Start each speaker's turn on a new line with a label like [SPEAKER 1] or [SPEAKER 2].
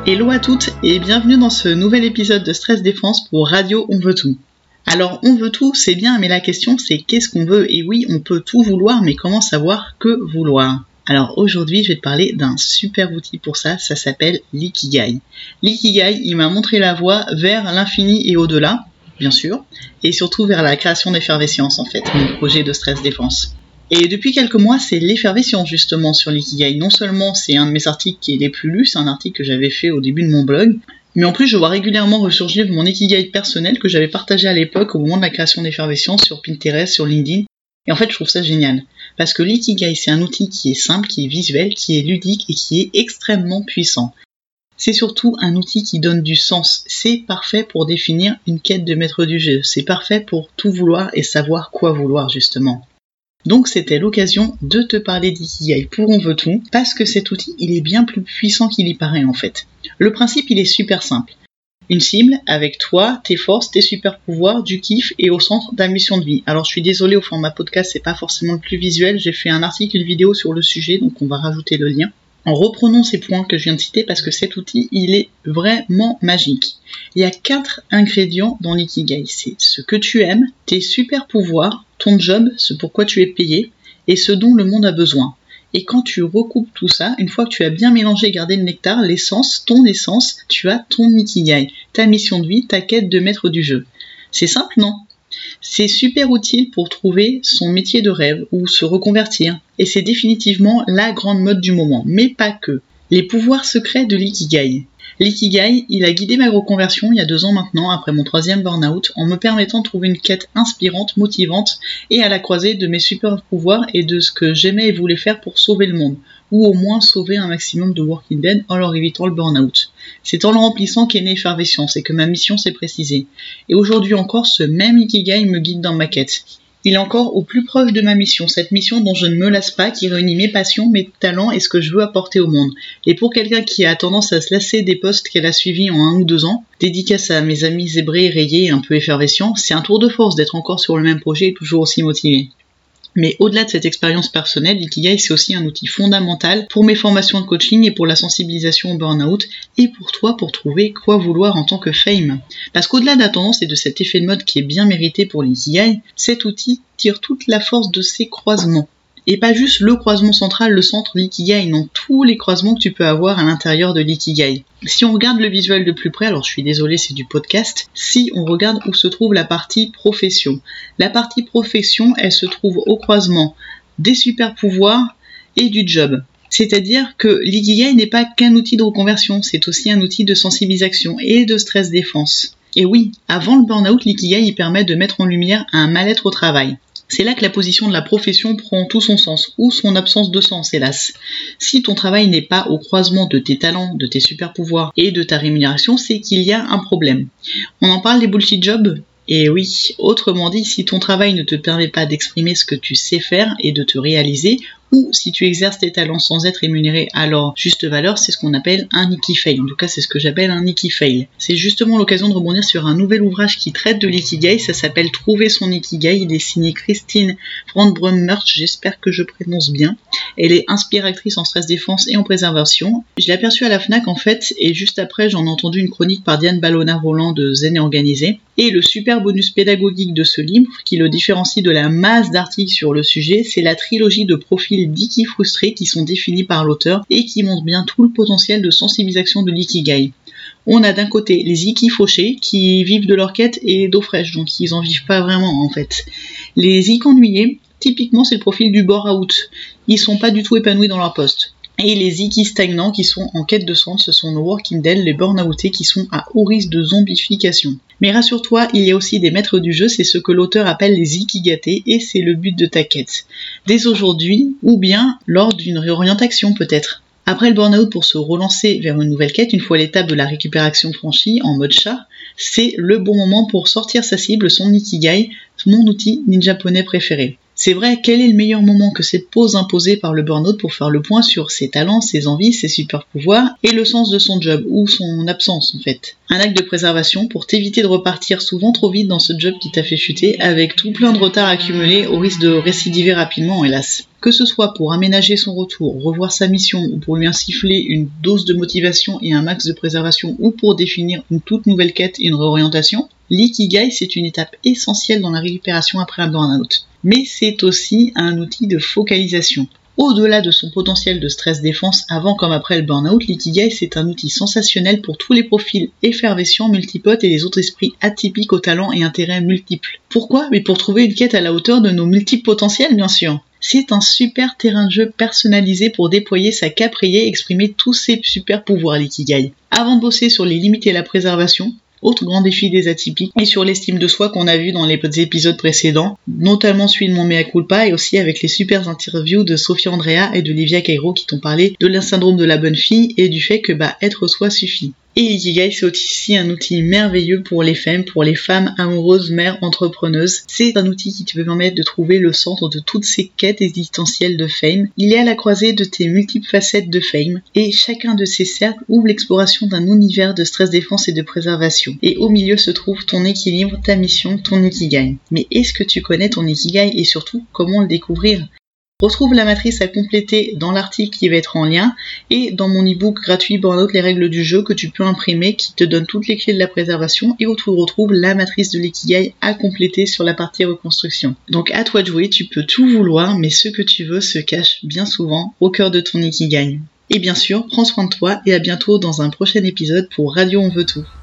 [SPEAKER 1] Hello à toutes et bienvenue dans ce nouvel épisode de Stress Défense pour Radio On Veut Tout. Alors on veut tout, c'est bien, mais la question c'est qu'est-ce qu'on veut ? Et oui, on peut tout vouloir, mais comment savoir que vouloir ? Alors aujourd'hui, je vais te parler d'un super outil pour ça s'appelle l'Ikigai. L'Ikigai, il m'a montré la voie vers l'infini et au-delà, bien sûr, et surtout vers la création d'effervescence en fait, mon projet de Stress Défense. Et depuis quelques mois, c'est l'effervescence justement sur l'Ikigai. Non seulement c'est un de mes articles qui est les plus lus, c'est un article que j'avais fait au début de mon blog, mais en plus je vois régulièrement ressurgir mon Ikigai personnel que j'avais partagé à l'époque au moment de la création d'effervescence sur Pinterest, sur LinkedIn. Et en fait, je trouve ça génial. Parce que l'Ikigai, c'est un outil qui est simple, qui est visuel, qui est ludique et qui est extrêmement puissant. C'est surtout un outil qui donne du sens. C'est parfait pour définir une quête de maître du jeu. C'est parfait pour tout vouloir et savoir quoi vouloir justement. Donc c'était l'occasion de te parler d'Ikigai pour On Veut Tout, parce que cet outil, il est bien plus puissant qu'il y paraît en fait. Le principe, il est super simple. Une cible avec toi, tes forces, tes super pouvoirs, du kiff et au centre de ta mission de vie. Alors je suis désolée, au format podcast, c'est pas forcément le plus visuel, j'ai fait un article, une vidéo sur le sujet, donc on va rajouter le lien. En reprenons ces points que je viens de citer parce que cet outil, il est vraiment magique. Il y a 4 ingrédients dans l'Ikigai. C'est ce que tu aimes, tes super pouvoirs, ton job, ce pourquoi tu es payé, et ce dont le monde a besoin. Et quand tu recoupes tout ça, une fois que tu as bien mélangé et gardé le nectar, l'essence, ton essence, tu as ton Ikigai, ta mission de vie, ta quête de maître du jeu. C'est simple, non ? C'est super utile pour trouver son métier de rêve ou se reconvertir. Et c'est définitivement la grande mode du moment, mais pas que. Les pouvoirs secrets de l'Ikigai. L'Ikigai, il a guidé ma reconversion il y a 2 ans maintenant, après mon 3e burn-out, en me permettant de trouver une quête inspirante, motivante, et à la croisée de mes super pouvoirs et de ce que j'aimais et voulais faire pour sauver le monde, ou au moins sauver un maximum de Walking Dead en leur évitant le burn-out. C'est en le remplissant qu'est née Effervescence et que ma mission s'est précisée. Et aujourd'hui encore, ce même Ikigai me guide dans ma quête. Il est encore au plus proche de ma mission, cette mission dont je ne me lasse pas, qui réunit mes passions, mes talents et ce que je veux apporter au monde. Et pour quelqu'un qui a tendance à se lasser des postes qu'elle a suivis en 1 ou 2 ans, dédicace à mes amis zébrés, rayés et un peu effervescents, c'est un tour de force d'être encore sur le même projet et toujours aussi motivé. Mais au-delà de cette expérience personnelle, l'Ikigai c'est aussi un outil fondamental pour mes formations de coaching et pour la sensibilisation au burn-out et pour toi pour trouver quoi vouloir en tant que fame. Parce qu'au-delà de la tendance et de cet effet de mode qui est bien mérité pour l'Ikigai, cet outil tire toute la force de ses croisements. Et pas juste le croisement central, le centre de l'Ikigai, non, tous les croisements que tu peux avoir à l'intérieur de l'Ikigai. Si on regarde le visuel de plus près, alors je suis désolée, c'est du podcast, si on regarde où se trouve la partie profession. La partie profession, elle se trouve au croisement des super pouvoirs et du job. C'est-à-dire que l'Ikigai n'est pas qu'un outil de reconversion, c'est aussi un outil de sensibilisation et de stress défense. Et oui, avant le burn-out, l'Ikigai il permet de mettre en lumière un mal-être au travail. C'est là que la position de la profession prend tout son sens, ou son absence de sens, hélas. Si ton travail n'est pas au croisement de tes talents, de tes super pouvoirs et de ta rémunération, c'est qu'il y a un problème. On en parle des bullshit jobs ? Et oui, autrement dit, si ton travail ne te permet pas d'exprimer ce que tu sais faire et de te réaliser, ou si tu exerces tes talents sans être rémunéré à leur juste valeur, c'est ce qu'on appelle un Ikifail. En tout cas, c'est ce que j'appelle un Ikifail. C'est justement l'occasion de rebondir sur un nouvel ouvrage qui traite de l'Ikigai. Ça s'appelle Trouver son Ikigai. Il est signé Christine Brandbrun-Murch. J'espère que je prononce bien. Elle est inspiratrice en stress défense et en préservation. Je l'ai aperçue à la Fnac en fait, et juste après, j'en ai entendu une chronique par Diane Ballona-Roland de Zen et Organisé. Et le super bonus pédagogique de ce livre, qui le différencie de la masse d'articles sur le sujet, c'est la trilogie de profils d'Iki frustrés qui sont définis par l'auteur et qui montrent bien tout le potentiel de sensibilisation de l'Ikigai. On a d'un côté les Iki fauchés qui vivent de leur quête et d'eau fraîche, donc ils en vivent pas vraiment en fait. Les Iki ennuyés, typiquement c'est le profil du bore-out, ils sont pas du tout épanouis dans leur poste. Et les Iki stagnants qui sont en quête de sens, ce sont nos Walking Dead, les burn-outés qui sont à haut risque de zombification. Mais rassure-toi, il y a aussi des maîtres du jeu, c'est ce que l'auteur appelle les Ikigatés, et c'est le but de ta quête. Dès aujourd'hui, ou bien lors d'une réorientation peut-être. Après le burn-out, pour se relancer vers une nouvelle quête, une fois l'étape de la récupération franchie en mode chat, c'est le bon moment pour sortir sa cible, son Ikigai, mon outil ninja poney préféré. C'est vrai, quel est le meilleur moment que cette pause imposée par le burn-out pour faire le point sur ses talents, ses envies, ses super pouvoirs et le sens de son job, ou son absence en fait. Un acte de préservation pour t'éviter de repartir souvent trop vite dans ce job qui t'a fait chuter avec tout plein de retard accumulé au risque de récidiver rapidement hélas. Que ce soit pour aménager son retour, revoir sa mission ou pour lui insuffler une dose de motivation et un max de préservation ou pour définir une toute nouvelle quête et une réorientation, l'ikigai c'est une étape essentielle dans la récupération après un burn-out. Mais c'est aussi un outil de focalisation. Au-delà de son potentiel de stress-défense avant comme après le burn-out, l'ikigai c'est un outil sensationnel pour tous les profils effervescents, multipotes et les autres esprits atypiques aux talents et intérêts multiples. Pourquoi ? Mais pour trouver une quête à la hauteur de nos multiples potentiels bien sûr. C'est un super terrain de jeu personnalisé pour déployer sa caprier et exprimer tous ses super pouvoirs l'ikigai. Avant de bosser sur les limites et la préservation, autre grand défi des atypiques, et sur l'estime de soi qu'on a vu dans les épisodes précédents, notamment celui de mon mea culpa et aussi avec les super interviews de Sophia Andrea et de Livia Cairo qui t'ont parlé de la syndrome de la bonne fille et du fait que être soi suffit. Et l'ikigai c'est aussi un outil merveilleux pour les femmes amoureuses, mères, entrepreneuses. C'est un outil qui te permet de trouver le centre de toutes ces quêtes existentielles de fame. Il est à la croisée de tes multiples facettes de fame et chacun de ces cercles ouvre l'exploration d'un univers de stress défense et de préservation. Et au milieu se trouve ton équilibre, ta mission, ton ikigai. Mais est-ce que tu connais ton ikigai et surtout comment le découvrir ? Retrouve la matrice à compléter dans l'article qui va être en lien et dans mon e-book gratuit Burnout les règles du jeu que tu peux imprimer qui te donne toutes les clés de la préservation et où tu retrouves la matrice de l'ikigai à compléter sur la partie reconstruction. Donc à toi de jouer, tu peux tout vouloir mais ce que tu veux se cache bien souvent au cœur de ton ikigai. Et bien sûr, prends soin de toi et à bientôt dans un prochain épisode pour Radio On Veut Tout.